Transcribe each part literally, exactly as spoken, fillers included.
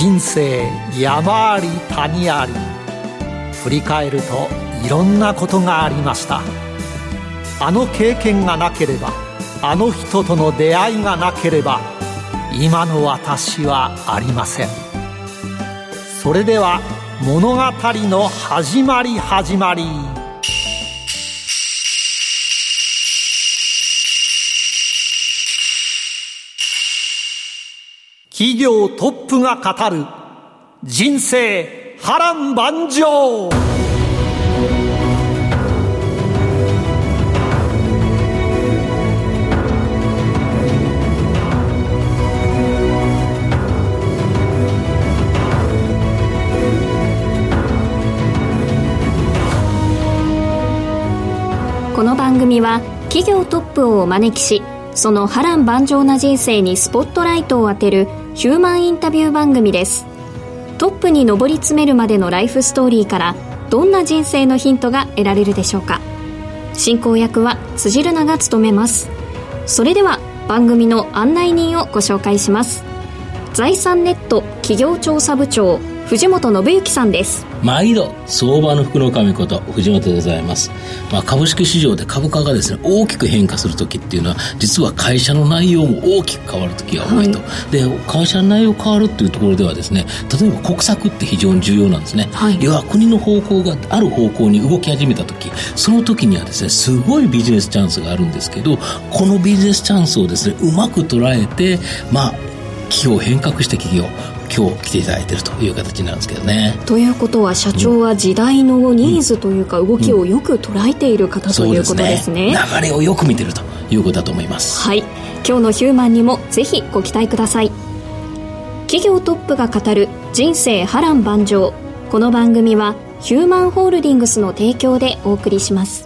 人生山あり谷あり、振り返るといろんなことがありました。あの経験がなければ、あの人との出会いがなければ、今の私はありません。それでは物語の始まり始まり。企業トップが語る人生波乱万丈。 この番組は企業トップをお招きし、その波乱万丈な人生にスポットライトを当てるヒューマンインタビュー番組です。トップに上り詰めるまでのライフストーリーからどんな人生のヒントが得られるでしょうか。進行役は辻るなが務めます。それでは番組の案内人をご紹介します。財産ネット企業調査部長、藤本信之さんです。 毎度相場の福の神こと藤本でございます。まあ、株式市場で株価がですね大きく変化するときっていうのは、実は会社の内容も大きく変わるときが多いと、はい、で会社の内容変わるっていうところではですね、例えば国策って非常に重要なんですね、はい、要は国の方向がある方向に動き始めたとき、その時にはですねすごいビジネスチャンスがあるんですけど、このビジネスチャンスをですねうまく捉えて、まあ企業を変革して企業今日来ていただいているという形なんですけどね。 ということは社長は時代のニーズというか動きをよく捉えている方、うん、ということですね。 流れをよく見ているということだと思います。 はい、今日のヒューマンにもぜひご期待ください。企業トップが語る人生波乱万丈。この番組はヒューマンホールディングスの提供でお送りします。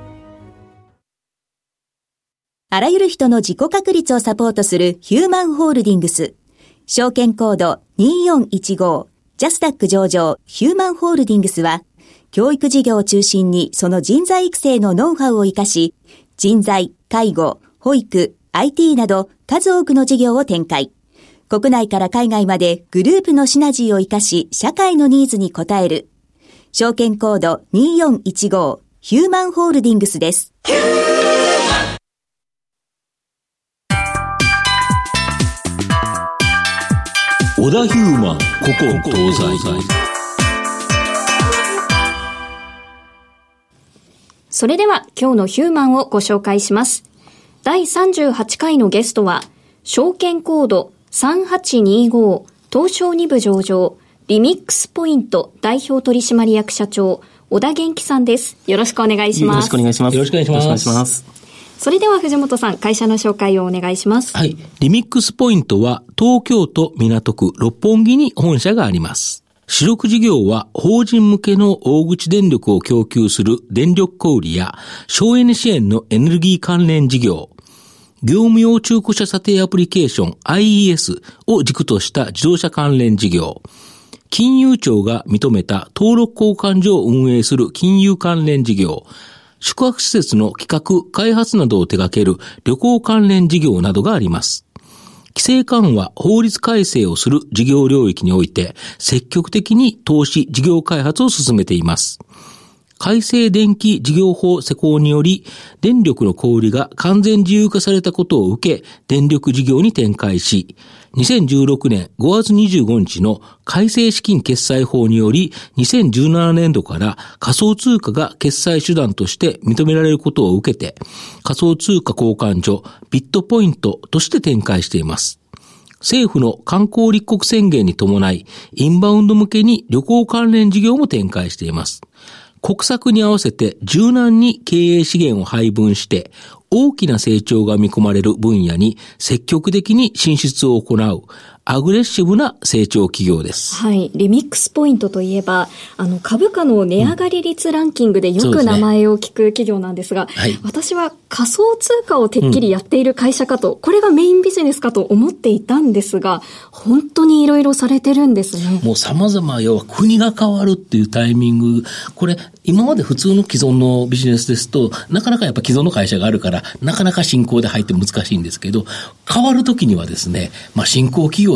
あらゆる人の自己確立をサポートするヒューマンホールディングス。証券コードにーよんいちご、ジャスダック上場ヒューマンホールディングスは、教育事業を中心にその人材育成のノウハウを生かし、人材、介護、保育、アイティー など数多くの事業を展開。国内から海外までグループのシナジーを生かし、社会のニーズに応える。証券コードにーよんいちご、ヒューマンホールディングスです。 小田ヒューマン古今東西。 それでは今日のヒューマンをご紹介します。だいさんじゅうはちかいのゲストは、証券コードさんはちにご、東証に部上場リミックスポイント代表取締役社長、小田元気さんです。よろしくお願いします。 よろしくお願いします。 よろしくお願いします。 それでは藤本さん、会社の紹介をお願いします。 はい。リミックスポイントは東京都港区六本木に本社があります。主力事業は法人向けの大口電力を供給する電力小売や省エネ支援のエネルギー関連事業、業務用中古車査定アプリケーション アイイーエス を軸とした自動車関連事業、金融庁が認めた登録交換所を運営する金融関連事業、宿泊施設の企画、開発などを手掛ける旅行関連事業などがあります。規制緩和、法律改正をする事業領域において積極的に投資、事業開発を進めています。改正電気事業法施行により、電力の小売が完全自由化されたことを受け、電力事業に展開し、にせんじゅうろくねんごがつにじゅうごにちの改正資金決済法により、にせんじゅうななねんどから仮想通貨が決済手段として認められることを受けて、仮想通貨交換所ビットポイントとして展開しています。政府の観光立国宣言に伴い、インバウンド向けに旅行関連事業も展開しています。国策に合わせて柔軟に経営資源を配分して大きな成長が見込まれる分野に積極的に進出を行うアグレッシブな成長企業です。 はい。リミックスポイントといえば、あの、株価の値上がり率ランキングでよく名前を聞く企業なんですが、うんですね、はい、私は仮想通貨をてっきりやっている会社かと、うん、これがメインビジネスかと思っていたんですが、本当にいろいろされてるんですね。 もう様々、要は国が変わるっていうタイミング、これ、今まで普通の既存のビジネスですと、なかなかやっぱ既存の会社があるから、なかなか新興で入って難しいんですけど、変わるときにはですね、まあ新興企業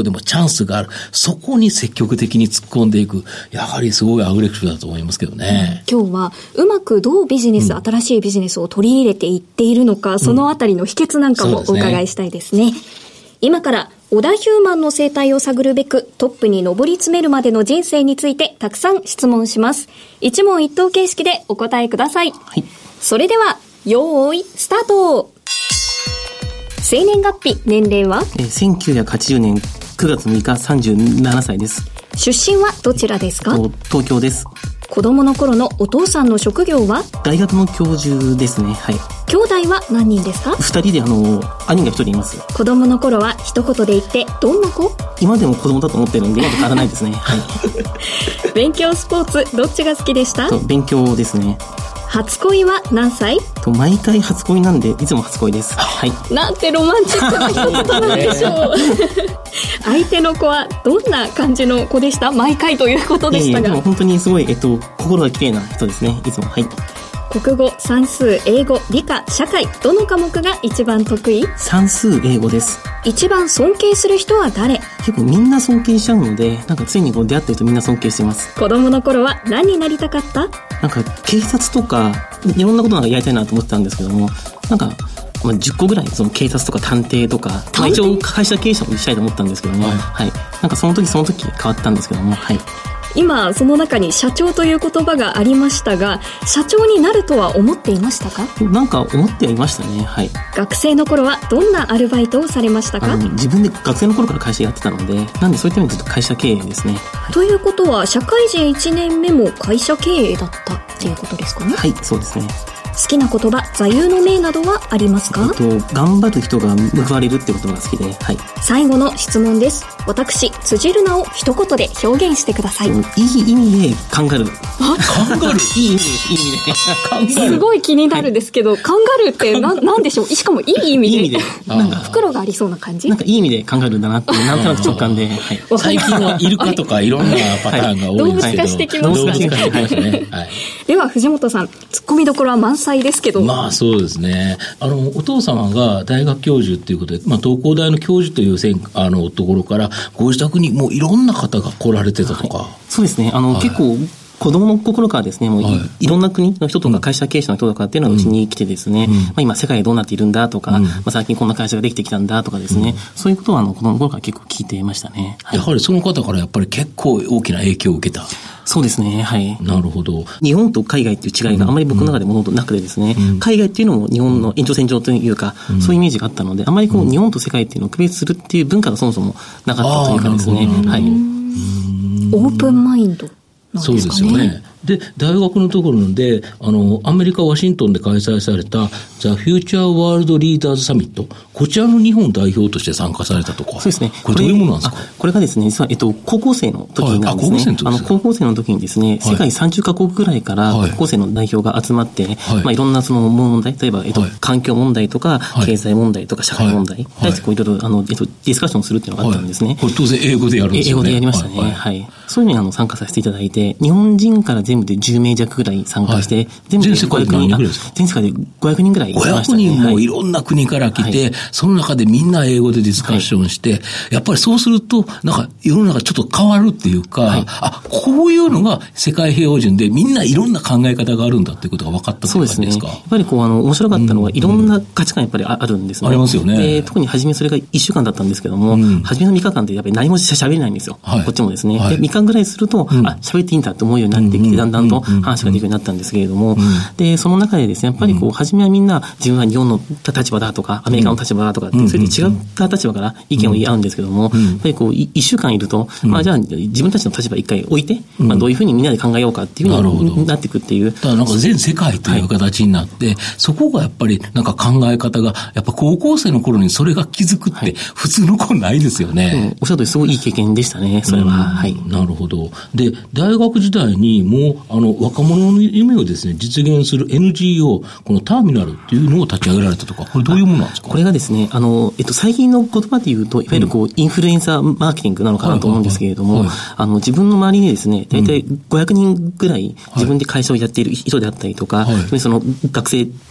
業でもチャンスがある。そこに積極的に突っ込んでいく。やはりすごいアグレッシブだと思いますけどね。 うん、今日はうまくどうビジネス、うん、新しいビジネスを取り入れていっているのか、そのあたりの秘訣なんかもお伺いしたいですね。うん、ですね。今から小田ヒューマンの生態を探るべくトップに上り詰めるまでの人生についてたくさん質問します。一問一答形式でお答えください。はい、それでは用意スタート。生年月日、年齢は？ えー、せんきゅうひゃくはちじゅうねんくがつむいかさんじゅうななさいです。 出身はどちらですか？ 東京です。 子供の頃のお父さんの職業は？ 大学の教授ですね。はい。 兄弟は何人ですか？ 二人で、あの兄が一人います。 子供の頃は一言で言ってどんな子？ 今でも子供だと思ってるんで変わらないですね。はい。 勉強、スポーツどっちが好きでした？ 勉強ですね。 初恋は何歳？ と毎回初恋なんでいつも初恋です。はい。 なんてロマンチックな一言なんでしょう。相手の子はどんな感じの子でした？毎回ということでしたが。 いやいやでも本当にすごい、えっと、心が綺麗な人ですね。いつも。はい。 国語、算数、英語、理科、社会、どの科目が一番得意？ 算数、英語です。 一番尊敬する人は誰？ 結構みんな尊敬しちゃうので、なんかついにこう出会ってるとみんな尊敬してます。 子供の頃は何になりたかった？ なんか警察とかいろんなことなんかやりたいなと思ってたんですけども、なんかまあ、じゅっこぐらいその警察とか探偵とか、まあ、一応会社経営者もしたいと思ったんですけども、はいはい、なんかその時その時変わったんですけども、はい、 今その中に社長という言葉がありましたが、社長になるとは思っていましたか？ なんか思ってはいましたね。はい。 学生の頃はどんなアルバイトをされましたか？ あの自分で学生の頃から会社やってたので、なんでそういった意味でずっと会社経営ですね。はい、 ということは社会人いちねんめも会社経営だったっていうことですかね？ はい、そうですね。 好きな言葉、座右の銘などはありますか？ えっと、頑張る人が報われるってことが好きで、はい。 最後の質問です。私、辻るなを一言で表現してください。いい意味でカンガルー。 あ、カンガルーいい意味です。いい意味で。 カンガルー。すごい気になるんですけど、はい、カンガルーってな、なんでしょう？しかもいい意味で。いい意味で。なんか袋がありそうな感じ？ なんかいい意味でカンガルーだなって、なんとなく直感で。はい、 最近はイルカとかいろんなパターンが多いですけど。 動物化してきましたね。動物化してきましたね。はい。では、藤本さん、ツッコミどころは満載ですけど。 まあそうですね。あの、お父様が大学教授っていうことで、まあ東工大の教授というせんあのところから、ご自宅にもういろんな方が来られてたとか。はい、 そうですね。あの、はい、結構、子供の心からですね、もうい、はい、いろんな国の人とか会社経営者の人とかっていうのがうちに来てですね、うんまあ、今世界どうなっているんだとか、うんまあ、最近こんな会社ができてきたんだとかですね、うん、そういうことはあの子供の頃から結構聞いていましたね。 はい、やはりその方からやっぱり結構大きな影響を受けた。 そうですね。はい。 なるほど。 日本と海外っていう違いがあまり僕の中でもなくてですね、うん、海外っていうのも日本の延長線上というか、うん、そういうイメージがあったので、あまりこう、うん、日本と世界っていうのを区別するっていう文化がそもそもなかったというかですね。はい。 オープンマインドなんですかね。 そうですよね。で、大学のところで、あの、アメリカ・ワシントンで開催された The Future World Leaders Summit、こちらの日本代表として参加されたとか。 そうですね。 これどういうものなんですか？ これがですね、実は、えっと、高校生の時なんですね。はい、あ、高校生の時ですね。あの、高校生の時にですね、はい、世界さんじゅっかこくぐらいから高校生の代表が集まって、はい、まあ、いろんなその問題、例えば、えっと、はい、環境問題とか、はい、経済問題とか、社会問題、はい、こういろいろ、あの、えっと、ディスカッションするっていうのがあったんですね。はい、 これ当然英語でやるんですよね。 英語でやりましたね。はい。はい、そういうのにあの参加させていただいて、日本人から全部でじゅうめいじゃくぐらい参加して、はい、 全部でごひゃくにんぐらいですか？ 全世界でごひゃくにんぐらいいましたね。 ごひゃくにんもいろんな国から来て、はい、その中でみんな英語でディスカッションして、はい、やっぱりそうすると、なんか世の中ちょっと変わるっていうか、はい、あ、こういうのが世界平和人でみんないろんな考え方があるんだっていうことが分かったそうですね。やっぱりこう、あの、面白かったのは、いろんな価値観やっぱりあるんですね。 ありますよね。 で、特に初めそれがいっしゅうかんだったんですけども、うん、初めのみっかかんってやっぱり何もしゃべれないんですよ。はい、こっちもですね。はい、で、みっかぐらいすると、うん、あ、喋っていいんだと思うようになってきて、うん、だんだんと話ができるようになったんですけれども、うん、で、その中でですね、やっぱりこう、初めはみんな自分は日本の立場だとか、アメリカの立場だとかって、うん、それで違った立場から意見を言い合うんですけども、うん、やっぱりこう、いっしゅうかんいると、うん、まあじゃあ自分たちの立場一回置いて、うん、まあどういうふうにみんなで考えようかっていうふうになっていくっていう。 だからなんか全世界という形になって、はい、そこがやっぱりなんか考え方が、やっぱ高校生の頃にそれが気づくって普通の子ないですよね。はい、 うん、おっしゃるとおりすごいいい経験でしたね、それは。うん、はい。 なるほど。で、大学時代にもう、あの、若者の夢をですね、実現する エヌジーオー、このターミナルっていうのを立ち上げられたとか、これどういうものなんですか？ これがですね、あの、えっと、最近の言葉で言うと、いわゆるこう、うん、インフルエンサーマーケティングなのかなと思うんですけれども、はいはいはい、あの、自分の周りにですね、大体ごひゃくにんぐらい自分で会社をやっている人であったりとか、はい、その学生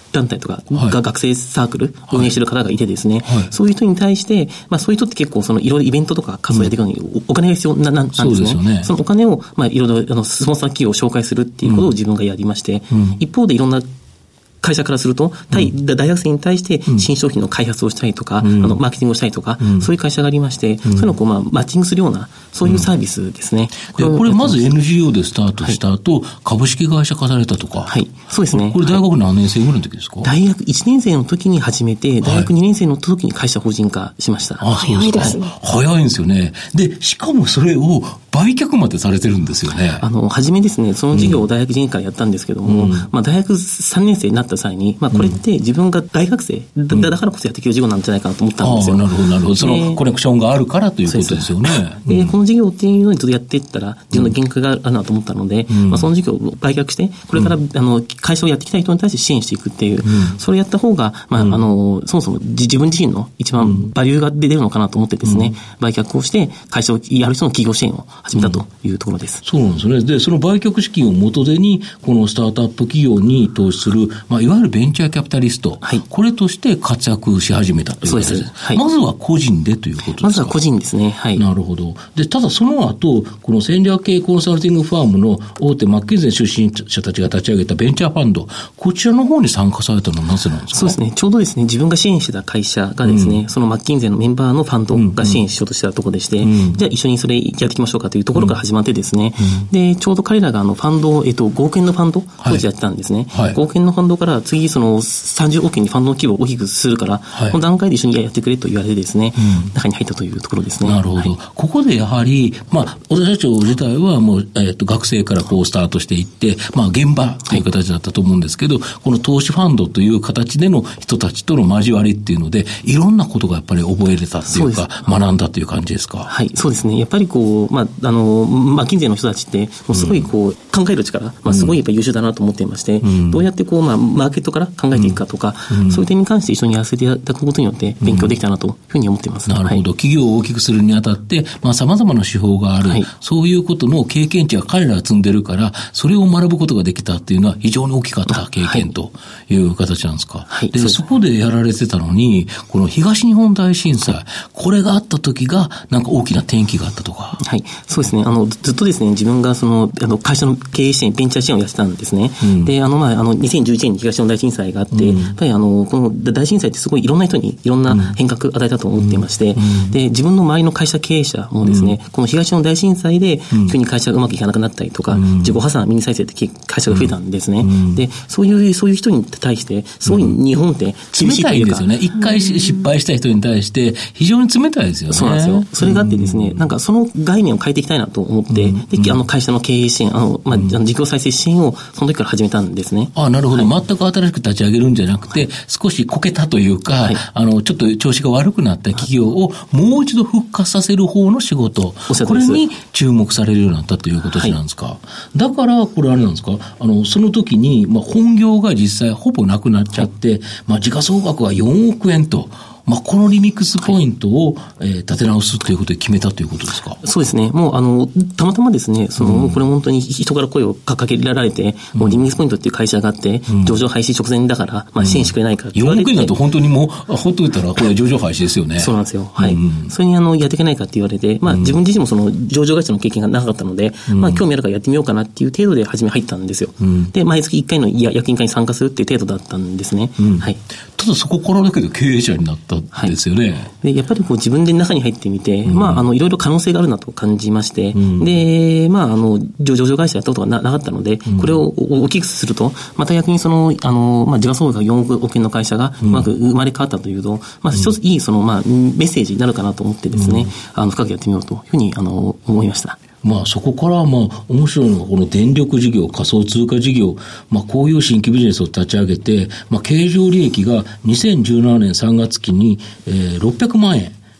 団体とかが、はい、学生サークル運営している方がいてですね、はい、そういう人に対して、まあ、そういう人って結構そのいろいろイベントとか活動やっていくのにお金が必要な、なんですね。そうですよね。そのお金を、まあ、いろいろあのスポンサー企業を紹介するっていうことを自分がやりまして、うん、一方でいろんな会社からすると、対、うん、大学生に対して新商品の開発をしたりとか、うん、あの、マーケティングをしたりとか、うん、そういう会社がありまして、うん、そういうのをこう、まあ、マッチングするような、そういうサービスですね。 うん、これ、これまず エヌジーオー でスタートした後、はい、株式会社化されたとか。 はい。そうですね。 これ大学何年生ぐらいの時ですか？ 大学いちねん生の時に始めて、大学にねん生の時に会社法人化しました。 はい、あ、そうですか。早いんですよね。で、しかもそれを売却までされてるんですよね。 あの、初めですね、その事業を大学いちねんからやったんですけども、うん、まあ、大学さんねん生になった際に、まあ、これって自分が大学生、うん、だ, だからこそやっていける事業なんじゃないかなと思ったんですよ。 あ、なるほど、なるほど。そのコネクションがあるからということですよね。 で、うん、この事業っていうのにずっとやっていったら、自分の限界があるなと思ったので、うん、まあ、その事業を売却して、これから、うん、あの、会社をやっていきたい人に対して支援していくっていう、うん、それをやった方が、まあ、うん、あの、そもそも自分自身の一番バリューが出るのかなと思ってですね、うん、売却をして、会社をやる人の企業支援を始めたというところです。 うん、そうなんですね。で、その売却資金を元手に、このスタートアップ企業に投資する、まあ、いわゆるベンチャーキャピタリスト、はい、これとして活躍し始めたということです。そうです。はい、まずは個人でということですか？ まずは個人ですね。はい。 なるほど。で、ただその後、この戦略系コンサルティングファームの大手マッキンゼー出身者たちが立ち上げたベンチャーファンド、こちらの方に参加されたのはなぜなんですか？ そうですね。ちょうどですね、自分が支援してた会社がですね、うん、そのマッキンゼーのメンバーのファンドが支援しようとしてたところでして、うんうん、じゃあ一緒にそれやっていきましょうかというところから始まってですね、うんうん、で、ちょうど彼らがあのファンドを、えっと、ごおくえんのファンド、当時やってたんですね。はいはい、ごおくえんのファンドから次そのさんじゅうおくえんにファンドの規模を大きくするから、はい、この段階で一緒にやってくれと言われてですね、うん、中に入ったというところですね。 なるほど。はい、ここでやはり、まあ、小田社長自体はもう、えっと、学生からこうスタートしていって、まあ、現場という形だったと思うんですけど、はい、この投資ファンドという形での人たちとの交わりっていうので、いろんなことがやっぱり覚えれたっていうか、学んだっていう感じですか？ はい、そうですね。やっぱりこう、まあ、あの、マッキンゼーの人たちって、もうすごいこう、うん、考える力、まあ、すごいやっぱり優秀だなと思っていまして、うん、どうやってこう、まあ、マーケットから考えていくかとか、うん、そういう点に関して一緒にやらせていただくことによって勉強できたなというふうに思っています。 うん、なるほど。はい、企業を大きくするにあたって、まあ、様々な手法がある、はい、そういうことの経験値が彼らが積んでるから、それを学ぶことができたっていうのは非常に大きかった経験という形なんですか？はい、で、そこでやられてたのに、この東日本大震災、これがあった時が、なんか大きな転機があったとか。 はい、そうですね。あの、ずっとですね、自分がその、あの、会社の経営支援、ベンチャー支援をやってたんですね。うん、で、あの、まあ、あの、にせんじゅういちねんに東日本大震災があって、うん、やっぱりあの、この大震災ってすごいいろんな人にいろんな変革を与えたと思っていまして、うん、で、自分の周りの会社経営者もですね、うん、この東日本大震災で、急に会社がうまくいかなくなったりとか、うん、自己破産、ミニ再生って会社が増えたんですね。うん、で、そういう、そういう人に対して、すごい日本って厳しいというか、冷たいですよね。一回失敗した人に対して、非常に冷たいですよね。 そうなんですよ。それがあってですね、なんかその概念を変えていきたいなと思って、うん、で、あの会社の経営支援、あの、まあ、あの事業再生支援をその時から始めたんですね。 ああ、なるほど。はい、全く新しく立ち上げるんじゃなくて、はい、少しこけたというか、はい、あの、ちょっと調子が悪くなった企業をもう一度復活させる方の仕事、これに注目されるようになったということなんですか。はい、だから、これあれなんですか、あの、その時に、まあ、本業が実際ほぼなくなっちゃって、はい、まあ、時価総額はよんおくえんと、まあ、このリミックスポイントを、はい、えー、立て直すということで決めたということですか？ そうですね。もう、あの、たまたまですね、その、うん、これ本当に人から声をかけられて、うん、もうリミックスポイントっていう会社があって、うん、上場廃止直前だから、まあ、支援してくれないかって言われて、うん、よんおくえんだと本当にもう、ほっといたら、これ上場廃止ですよね。 そうなんですよ。はい。うん、それに、あの、やっていけないかって言われて、まあ、自分自身もその、上場会社の経験がなかったので、うん、まあ、興味あるからやってみようかなっていう程度で初め入ったんですよ。うん、で、毎月いっかいの夜勤会に参加するっていう程度だったんですね。うん、はい。 ただそこからだけど経営者になったんですよね。はい、 でやっぱりこう自分で中に入ってみて、うん、まあ、あの、いろいろ可能性があるなと感じまして、うん、で、まあ、あの、上場会社やったことが な, なかったので、うん、これを大きくすると、また逆にその、あの、まあ、時価総額がよんおくえんの会社がうまく生まれ変わったというと、うん、まあ、一ついい、その、まあ、メッセージになるかなと思ってですね、うん、あの、深くやってみようというふうに、あの、思いました。 まあそこからまあ面白いのがこの電力事業、仮想通貨事業、まあこういう新規ビジネスを立ち上げて、まあ経常利益がにせんじゅうななねんさんがつ期に、えー、ろっぴゃくまんえん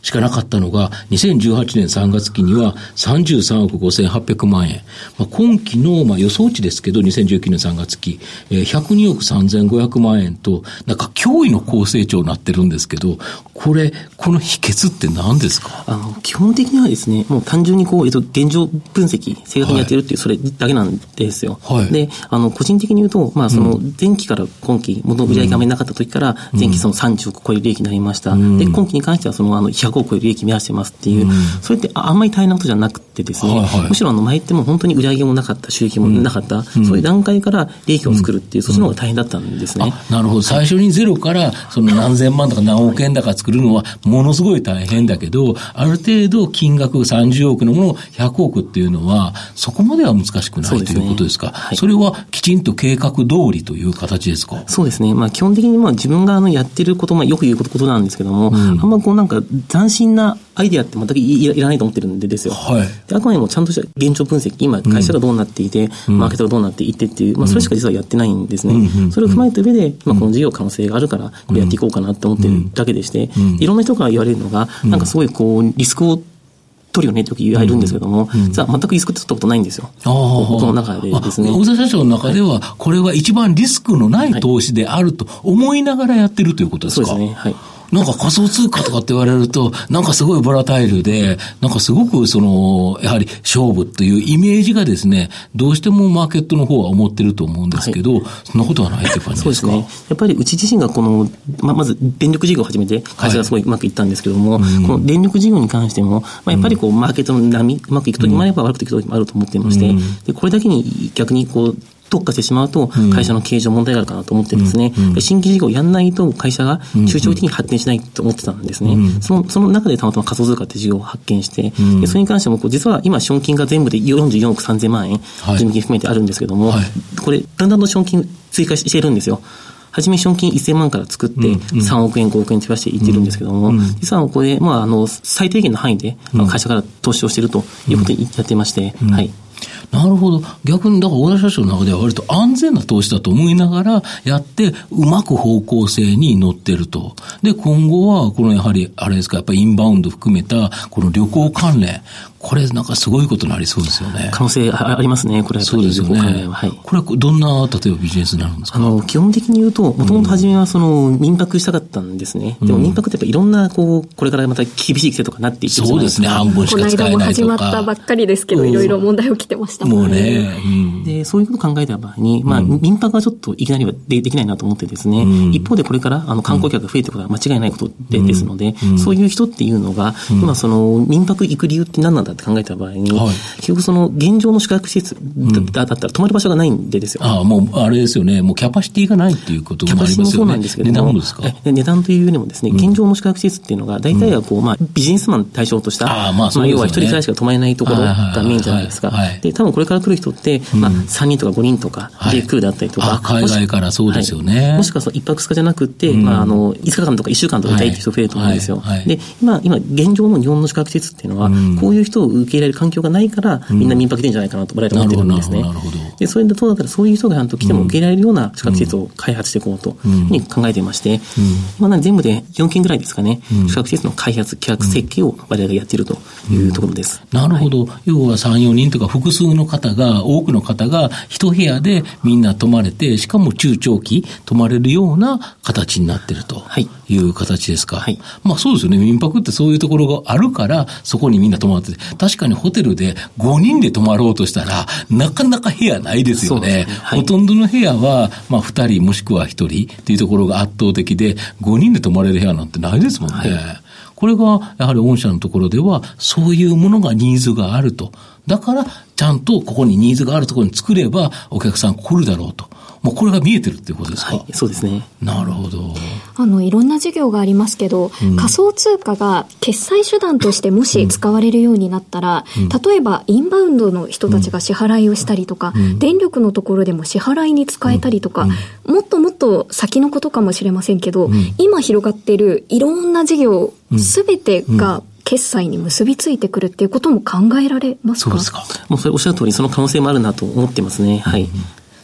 しかなかったのが、にせんじゅうはちねんさんがつきにはさんじゅうさんおくごせんはっぴゃくまんえん。まあ、今期のまあ予想値ですけど、にせんじゅうきゅうねんさんがつき、えー、ひゃくにおくさんぜんごひゃくまんえんと、なんか驚異の高成長になってるんですけど、これ、この秘訣って何ですか？ あの、基本的にはですね、もう単純にこう、えっと、現状分析、正確にやってるっていう、それだけなんですよ。はい、で、あの、個人的に言うと、まあ、その、前期から今期、元売上があまりなかった時から、前期そのさんじゅうおく超える利益になりました。うん、で、今期に関しては、その、あの、ひゃくおく超える利益目指してますっていう、うん、それってあんまり大変なことじゃなくてですね、はいはい、むしろあの、前っても本当に売上もなかった、収益もなかった、うん、そういう段階から利益を作るっていう、うん、そっちの方が大変だったんですね。 あ、なるほど。最初にゼロから、その何千万とか何億円だか作るのは、ものすごい大変だけど、ある程度金額さんじゅうおくのものをひゃくおくっていうのは、そこまでは難しくない、ね、ということですか。はい、それはきちんと計画通りという形ですか？ そうですね。まあ基本的にまあ自分があのやってること、まあよく言うことなんですけども、うん、あんまこうなんか斬新なアイデアって全くいらないと思ってるんでですよ。はい、であくまでもちゃんとした現状分析、今会社がどうなっていて、うん、マーケットがどうなっていってっていう、まあそれしか実はやってないんですね。うん、それを踏まえた上で、まあこの事業可能性があるから、これやっていこうかなって思ってるだけでして、うん、いろんな人から言われるのが、なんかすごいこうリスクを取るよねって言われるんですけども、うんうん、実は全くリスクって取ったことないんですよ。僕の中でですね。 大沢社長の中では、これは一番リスクのない投資であると思いながらやってるということですか？ そうですね。はい。 なんか仮想通貨とかって言われると、なんかすごいボラタイルで、なんかすごくその、やはり勝負というイメージがですね、どうしてもマーケットの方は思ってると思うんですけど、はい、そんなことはないって感じですか？そうですね。 やっぱりうち自身がこの、ま、まず電力事業を始めて、会社がすごいうまくいったんですけども、はい、この電力事業に関しても、まあ、やっぱりこう、マーケットの波、うまくいくときもあれば悪くいくときもあると思っていまして、うん、で、これだけに逆にこう、特化してしまうと会社の経営上問題があるかなと思ってですね、うんうん、新規事業をやんないと会社が中長期的に発展しないと思ってたんですね、うん、そのその中でたまたま仮想通貨って事業を発見して、うん、でそれに関してもこう実は今資本金が全部でよんじゅうよんおくさんぜんまんえん、はい、事務金含めてあるんですけども、はい、これだんだんと資本金追加しているんですよ。はじめ資本金せんまんから作ってさんおくえんごおくえん増やしていってるんですけども、うんうん、実はこれ、まあ、あの最低限の範囲で会社から投資をしているということをやっていまして、うんうん、はい。 なるほど。逆にだから大田社長の中では割と安全な投資だと思いながらやってうまく方向性に乗ってると。で今後はこのやはりあれですか、やっぱりインバウンド含めたこの旅行関連、これなんかすごいことになりそうですよね。 可能性ありますね。これはそうですよね。はい、これはどんな例えばビジネスになるんですか？ あの基本的に言うと、もともと初めはその民泊したかったんですね。うん、でも民泊ってやっぱいろんなこうこれからまた厳しい規制とかなっていってるじゃないですか。 そうですね。半分しか使えないとか。 この間も始まったばっかりですけど、いろいろ問題起きてましたもんね。もうね。うん、 でそういうことを考えた場合に、まあ、うん、民泊はちょっといきなりは で, できないなと思ってですね、うん、一方でこれからあの観光客が増えていくことは間違いないことで、うん、ですので、うん、そういう人っていうのが、うん、今その民泊行く理由って何なんだって考えた場合に、はい、結局その現状の宿泊施設 だ, だったら泊まる場所がないんでですよ。 ああ、もうあれですよね。もうキャパシティがないっていうこともありますよね。キャパシティもそうなんですけども、値段もですか？ え値段というよりもですね、現状の宿泊施設っていうのが大体はこう、まあ、ビジネスマン対象とした、あ、まあそうですね、まあ、要は一人くらいしか泊まれないところがメインじゃないですか。はいはいはい、で多分これから来る人って、まあ、さんにんとかごにんとかで来るだったりとか、 はい、海外からそうですよね。 はい、もしくはその一泊二日じゃなくて、うん、まあ、あのいつかかんとかいっしゅうかんとかいたいという人増えると思うんですよ。はいはいはい、で今今現状の日本の宿泊施設っていうのは、うん、こういう人を受け入れる環境がないから、うん、みんな民泊でいいんじゃないかなと我々は思ってるんですね。でそれでどうだったらそういう人が来ても受け入れられるような宿泊施設を開発していこうというふうに考えていまして、うん、まあ、全部でよんけんぐらいですかね、うん、宿泊施設の開発企画設計を我々がやっているというところです。 うん、なるほど。はい、要はさん、よにんとか複数の方が多くの方が一部屋でみんな泊まれて、しかも中長期泊まれるような形になっているという形ですか。はい、まあそうですよね。民泊ってそういうところがあるからそこにみんな泊まってて、確かにホテルでごにんで泊まろうとしたらなかなか部屋ないですよね。そうですね。はい、ほとんどの部屋はまあふたりもしくはひとりっていうところが圧倒的で、ごにんで泊まれる部屋なんてないですもんね。はい、これがやはり御社のところではそういうものがニーズがあると。だからちゃんとここにニーズがあるところに作ればお客さん来るだろうと。もうこれが見えてるっていうことですか？ はい、そうですね。 なるほど。 あのいろんな事業がありますけど、うん、仮想通貨が決済手段としてもし使われるようになったら、うん、例えばインバウンドの人たちが支払いをしたりとか、うん、電力のところでも支払いに使えたりとか、うん、もっともっと先のことかもしれませんけど、うん、今広がっているいろんな事業すべてが、うん決済に結びついてくるっていうことも考えられますか？ そうですか。もうそれおっしゃる通りその可能性もあるなと思ってますね。はい。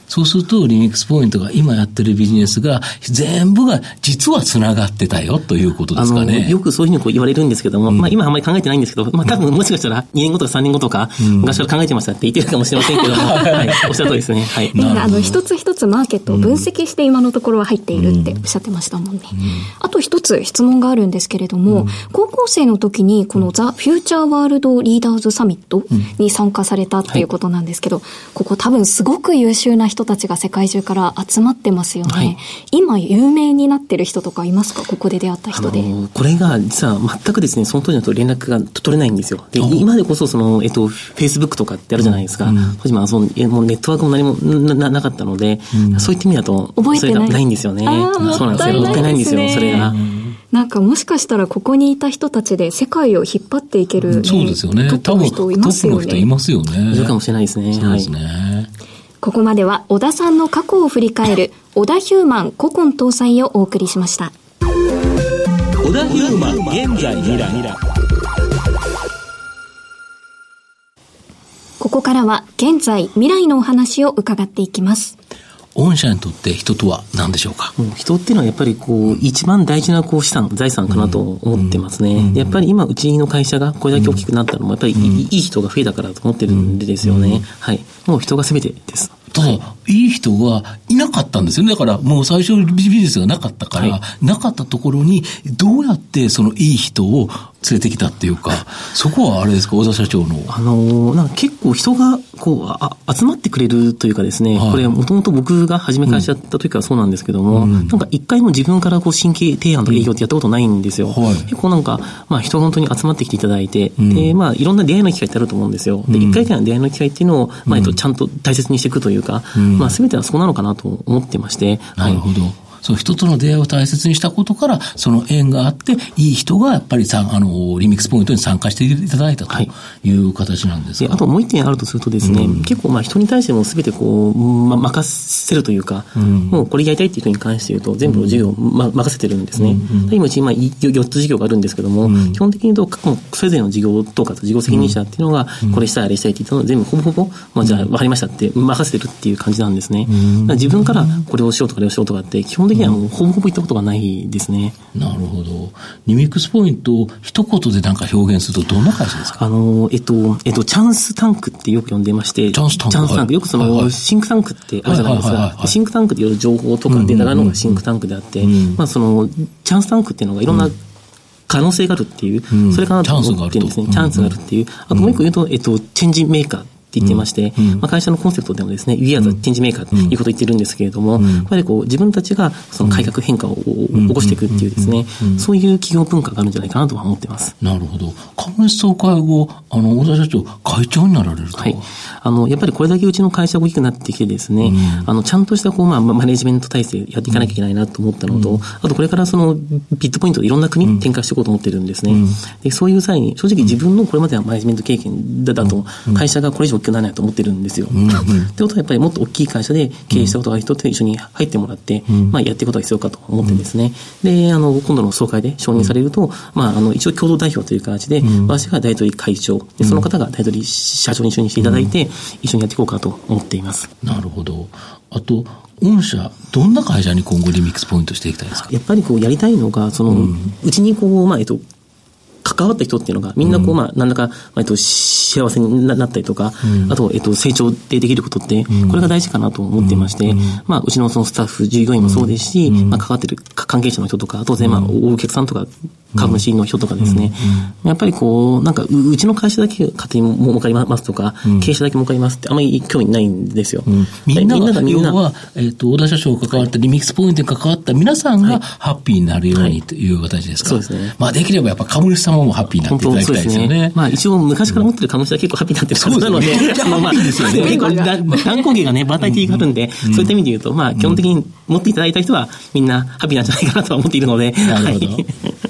そうするとリミックスポイントが今やってるビジネスが全部が実はつながってたよということですかね。 あのよくそういうふうにこう言われるんですけども、うん、まあ今あんまり考えてないんですけど、まあ多分もしかしたらにねんごとかさんねんごとか昔から考えてましたって言ってるかもしれませんけども、はい、おっしゃる通りですね。はい。 あの一つ一つマーケットを分析して今のところは入っているっておっしゃってましたもんね。うん、あと一つ質問があるんですけれども、うん、高校生の時にこのザ・フューチャーワールドリーダーズサミットに参加されたっていうことなんですけど、はい、ここ多分すごく優秀な人たちが世界中から集まってますよね。はい、今有名になってる人とかいますか？ここで出会った人で。 あのー、これが実は全くですね、その当時のと連絡が取れないんですよ。で、今でこそその、えっと、Facebook とかってあるじゃないですか。うん、当時はそのもうネットワークも何も な, なかったので、うん、そういった意味だと、それがないんですよね。そうなんですよ。もったいないんですよ、それが。 なんかもしかしたらここにいた人たちで世界を引っ張っていける、ね、 そうですよね。 トップの人いますよね。 トップの人いますよね。 いるかもしれないですね。 そうですね。はい、 ここまでは小田さんの過去を振り返る小田ヒューマン古今搭載をお送りしました。 小田ヒューマン現在未来。 ここからは現在未来のお話を伺っていきます。 御社にとって人とは何でしょうか？ うん、人っていうのはやっぱりこう一番大事なこう資産、財産かなと思ってますね。うんうん、やっぱり今うちの会社がこれだけ大きくなったのもやっぱりいい、うん、いい人が増えたからと思ってるんでですよね。うん、はい。もう人が全てです。 ただ、はい、いい人がいなかったんですよね。だからもう最初ビジネスがなかったから、はい、なかったところにどうやってそのいい人を連れてきたっていうか、そこはあれですか、小田社長の。 あのー、なんか結構人がこうあ集まってくれるというかですね、はい、これもともと僕が初め会社やった時からそうなんですけども、うん、なんか一回も自分からこう神経提案とか営業ってやったことないんですよ。うんはい、結構なんか、まあ人が本当に集まってきていただいて、うん、で、まあいろんな出会いの機会ってあると思うんですよ。で、一回一回の出会いの機会っていうのを、まあえっと、ちゃんと大切にしていくというか、うん、まあ全てはそうなのかなと思ってまして。 なるほど。はい、その人との出会いを大切にしたことから、その縁があって、いい人がやっぱりさあのリミックスポイントに参加していただいたという形なんですか。 はい、あともう一点あるとするとですね、うん、結構まあ人に対しても全てこう、ま、任せるというか、うん、もうこれやりたいっていう人に関して言うと全部事業を、ま、任せてるんですね。うんうん、今うち今よっつ事業があるんですけども、うん、基本的に言うとそれぞれの事業とか事業責任者っていうのが、これしたいあれしたいって言ったのを全部ほぼほぼ、まあ、じゃあ分かりましたって任せてるっていう感じなんですね。うん、自分からこれをしようとかあれをしようとかって基本的にはもうほぼほぼ言ったことがないですね。 なるほど。リミックスポイントを一言でなんか表現するとどんな会社ですか？ あの、えっと、えっと、チャンスタンクってよく呼んでまして、 チャンスタンク、 チャンスタンク。よくその、はいはい、シンクタンクってあるじゃないですか。シンクタンクでよる情報とかデータがあるのがシンクタンクであって、うんうん、まあその、チャンスタンクっていうのがいろんな可能性があるっていう、うん、それかなと思ってるんですね。チャンスがあるっていう。あともう一個言うと、えっと、チェンジメーカー。って言ってまして、うんまあ、会社のコンセプトでもですね、We are the change maker ということを言ってるんですけれども、うん、やっぱりこう自分たちがその改革変化を起こしていくっていうですね、そういう企業文化があるんじゃないかなとは思っています。 なるほど。株主総会後、あの、小田社長、会長になられると。 はい。あの、やっぱりこれだけうちの会社が大きくなってきてですね、うん、あの、ちゃんとしたこう、まあ、マネジメント体制やっていかなきゃいけないなと思ったのと、うん、あとこれからその、ビットポイントでいろんな国に展開していこうと思ってるんですね。うん、でそういう際に、正直自分のこれまではマネジメント経験だと、会社がこれ以上大きくならないと思ってるんですよ。うんうん、ってことはやっぱりもっと大きい会社で経営したことがある人と一緒に入ってもらって、うん、まあやっていくことが必要かと思ってですね。うん、で、あの、今度の総会で承認されると、うん、まあ、あの、一応共同代表という形で、うん、私が大取会長、で、その方が大取社長に就任していただいて、うん、一緒にやっていこうかと思っています。 なるほど。あと、御社、どんな会社に今後リミックスポイントしていきたいですか？ やっぱりこうやりたいのが、その、うん、うちにこう、まあ、えっと、関わった人っていうのがみんなこう、まあ、何らか、まあ、えっと、幸せになったりとか、うん、あと、えっと、成長でできることって、これが大事かなと思っていまして、うん、まあ、うちのそのスタッフ、従業員もそうですし、うん、まあ、関わってる関係者の人とか、当然、まあ、お客さんとか、株主の人とかですね、うん、やっぱりこう、なんかう、うちの会社だけ勝手に儲かりますとか、うん、経営者だけ儲かりますってあまり興味ないんですよ。うん、 みんなが、みんなは、えっ、ー、と、小田社長が関わった、リミックスポイントに関わった皆さんがハッピーになるようにという形ですか？ はいはい、そうですね。 まあ、できればやっぱ株主様もハッピーになっていただきたいですよね。ねまあ、一応昔から持ってる株主は結構ハッピーになってるはずなので、まあ、まあ、結構断交芸がね、バタイティがあるんで、うん、そういった意味で言うと、まあ、基本的に持っていただいた人はみんなハッピーなんじゃないかなとは思っているので、 なるほど。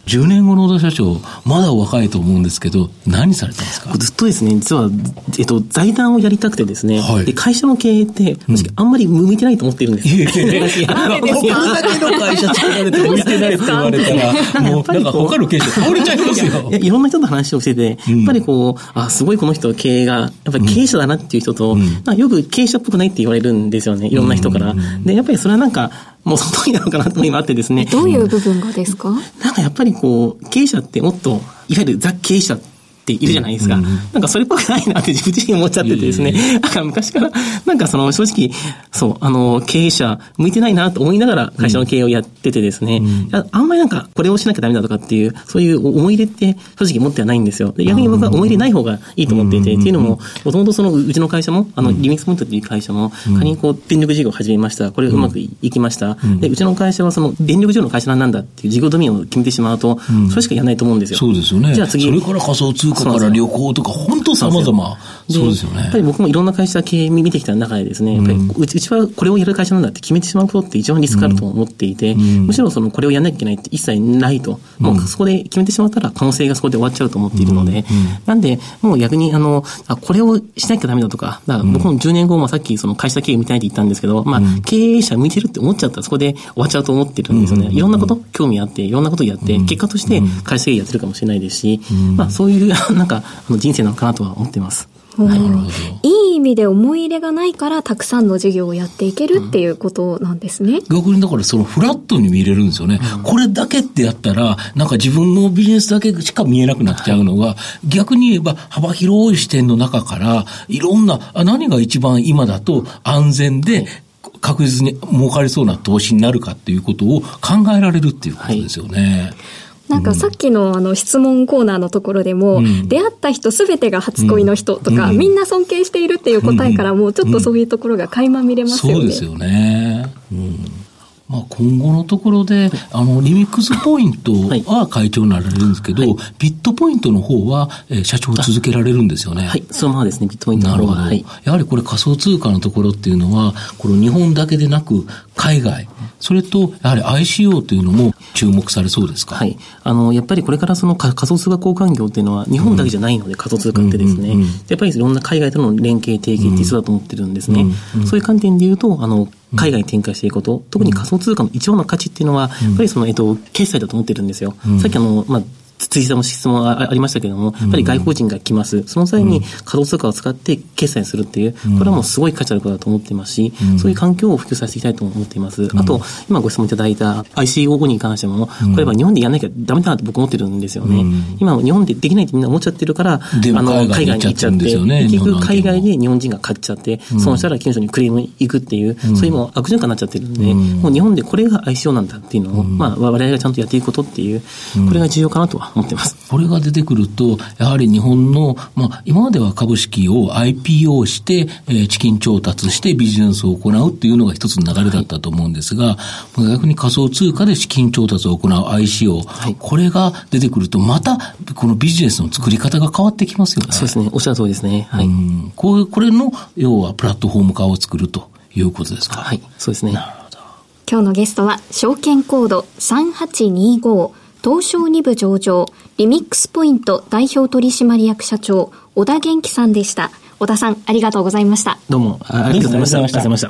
じゅうねんごの小田社長、まだお若いと思うんですけど、何されたんですか？ ずっとですね、実は、えっと、財団をやりたくてですね、はい、で会社の経営って、うん、あんまり向いてないと思っているんです。いやいやいや、 これだけの会社作られて向いてないって言われたら、もうなんか他の経営者倒れちゃいますよ。 いや、いろんな人と話をしてて、やっぱりこう、あ、すごいこの人経営が、やっぱり経営者だなっていう人と、うん、まあ、よく経営者っぽくないって言われるんですよね、いろんな人から。で、やっぱりそれはなんか、もうその通りなのかなと今あってですね。 どういう部分がですか？ なんかやっぱりこう、経営者ってもっと、いわゆるザ経営者っているじゃないですか。うんうん、なんかそれっぽくないなって自分自身思っちゃっててですね。だから昔から、なんかその正直、そう、あの、経営者向いてないなと思いながら会社の経営をやっててですね。うん、あんまりなんかこれをしなきゃダメだとかっていう、そういう思い入れって正直持ってはないんですよ。で逆に僕は思い入れない方がいいと思っていて、っていうのも、もともとそのうちの会社も、あの、リミックスポイントっていう会社も、仮にこう、電力事業を始めました。これうまくいきました。うん、で、うちの会社はその電力事業の会社なんだっていう事業ドミニオンを決めてしまうと、それしかやらないと思うんですよ。 そうですよね。じゃあ次。それから仮想通貨から旅行とか、本当様々。そうですよね。 やっぱり僕もいろんな会社経営見てきた中でですね、やっぱりうちはこれをやる会社なんだって決めてしまうことって一番リスクあると思っていて、うん、むしろそのこれをやらなきゃいけないって一切ないと、うん、もうそこで決めてしまったら可能性がそこで終わっちゃうと思っているので、うんうん、なんで、もう逆にあの、あ、これをしなきゃダメだとか、だから僕もじゅうねんご、まあ、さっきその会社経営みたいって言ったんですけど、まあ、経営者向いてるって思っちゃったらそこで終わっちゃうと思ってるんですよね。いろんなこと、興味あって、いろんなことやって、結果として会社経営やってるかもしれないですし、まあ、そういう、なんか、あの人生なのかなとは思っています。 はい、いい意味で思い入れがないからたくさんの事業をやっていけるっていうことなんですね。 うん、逆にだからそのフラットに見れるんですよね。うん、これだけってやったらなんか自分のビジネスだけしか見えなくなっちゃうのが、はい、逆に言えば幅広い視点の中からいろんなあ何が一番今だと安全で確実に儲かりそうな投資になるかっていうことを考えられるっていうことですよね。はい、 なんかさっきのあの質問コーナーのところでも、うん、出会った人すべてが初恋の人とか、うん、みんな尊敬しているっていう答えからもちょっとそういうところが垣間見れますよね。 そうですよね。うん、まあ、今後のところで、あの、リミックスポイントは会長になられるんですけど、はい、ビットポイントの方は、えー、社長を続けられるんですよね。 はい、そのままですね、ビットポイントの方は。 なるほど。 はい、 やはりこれ仮想通貨のところっていうのは、この日本だけでなく、海外、それと、やはり アイシーオー というのも注目されそうですか？ はい。あの、やっぱりこれからその仮想通貨交換業っていうのは日本だけじゃないので、うん、仮想通貨ってですね、うんうんうん、やっぱりいろんな海外との連携、提携って必要だと思ってるんですね。うんうん、そういう観点で言うと、あの、海外に展開していくこと、特に仮想通貨の一番の価値っていうのは、やっぱりその、えっと、決済だと思ってるんですよ。うん、さっきあの、まあ、辻さんも質問ありましたけれども、やっぱり外国人が来ます。その際に仮想通貨を使って決済するっていう、これはもうすごい価値あることだと思っていますし、そういう環境を普及させていきたいと思っています。あと、今ご質問いただいた アイシーオー に関しても、これは日本でやらなきゃダメだなって僕思ってるんですよね。今日本でできないってみんな思っちゃってるから、あの、海外に行っちゃって、結局海外で日本人が買っちゃって、損したら金所にクレームに行くっていう、そういうもう悪循環になっちゃってるんで、もう日本でこれが アイシーオー なんだっていうのを、まあ、我々がちゃんとやっていくことっていう、これが重要かなとは思ってます。 これが出てくると、やはり日本の、まあ、今までは株式を アイピーオー して、えー、資金調達してビジネスを行うっていうのが一つの流れだったと思うんですが、はい、逆に仮想通貨で資金調達を行う アイシーオー、はい、これが出てくると、また、このビジネスの作り方が変わってきますよね。 そうですね。おっしゃる通りですね。はい。 うんこうこれの、要はプラットフォーム化を作るということですか。 はい。そうですね。 なるほど。今日のゲストは、証券コードさんはちにご、東証に部上場、リミックスポイント代表取締役社長、小田元気さんでした。小田さん、ありがとうございました。 どうも、ありがとうございました。ありがとうございました。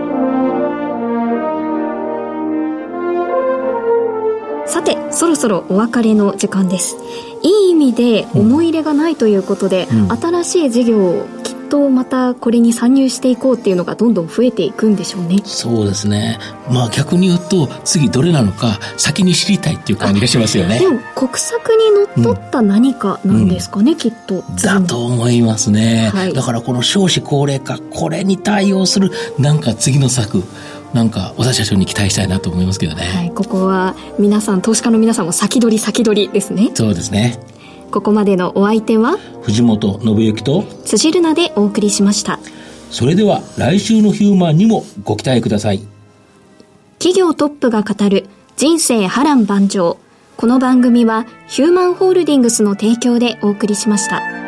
さて、そろそろお別れの時間です。いい意味で思い入れがないということで、うん、新しい事業をきっとまたこれに参入していこうっていうのがどんどん増えていくんでしょうね。 そうですね。まあ逆に言うと次どれなのか先に知りたいっていう感じがしますよね。 でも国策にのっとった何かなんですかね、うん、きっと。 だと思いますね。はい、だからこの少子高齢化、これに対応するなんか次の策、なんか小田社長に期待したいなと思いますけどね。 はい、ここは皆さん、投資家の皆さんも先取り先取りですね。 そうですね。 ここまでのお相手は藤本信之と辻るなでお送りしました。 それでは来週のヒューマンにもご期待ください。 企業トップが語る人生波乱万丈。この番組はヒューマンホールディングスの提供でお送りしました。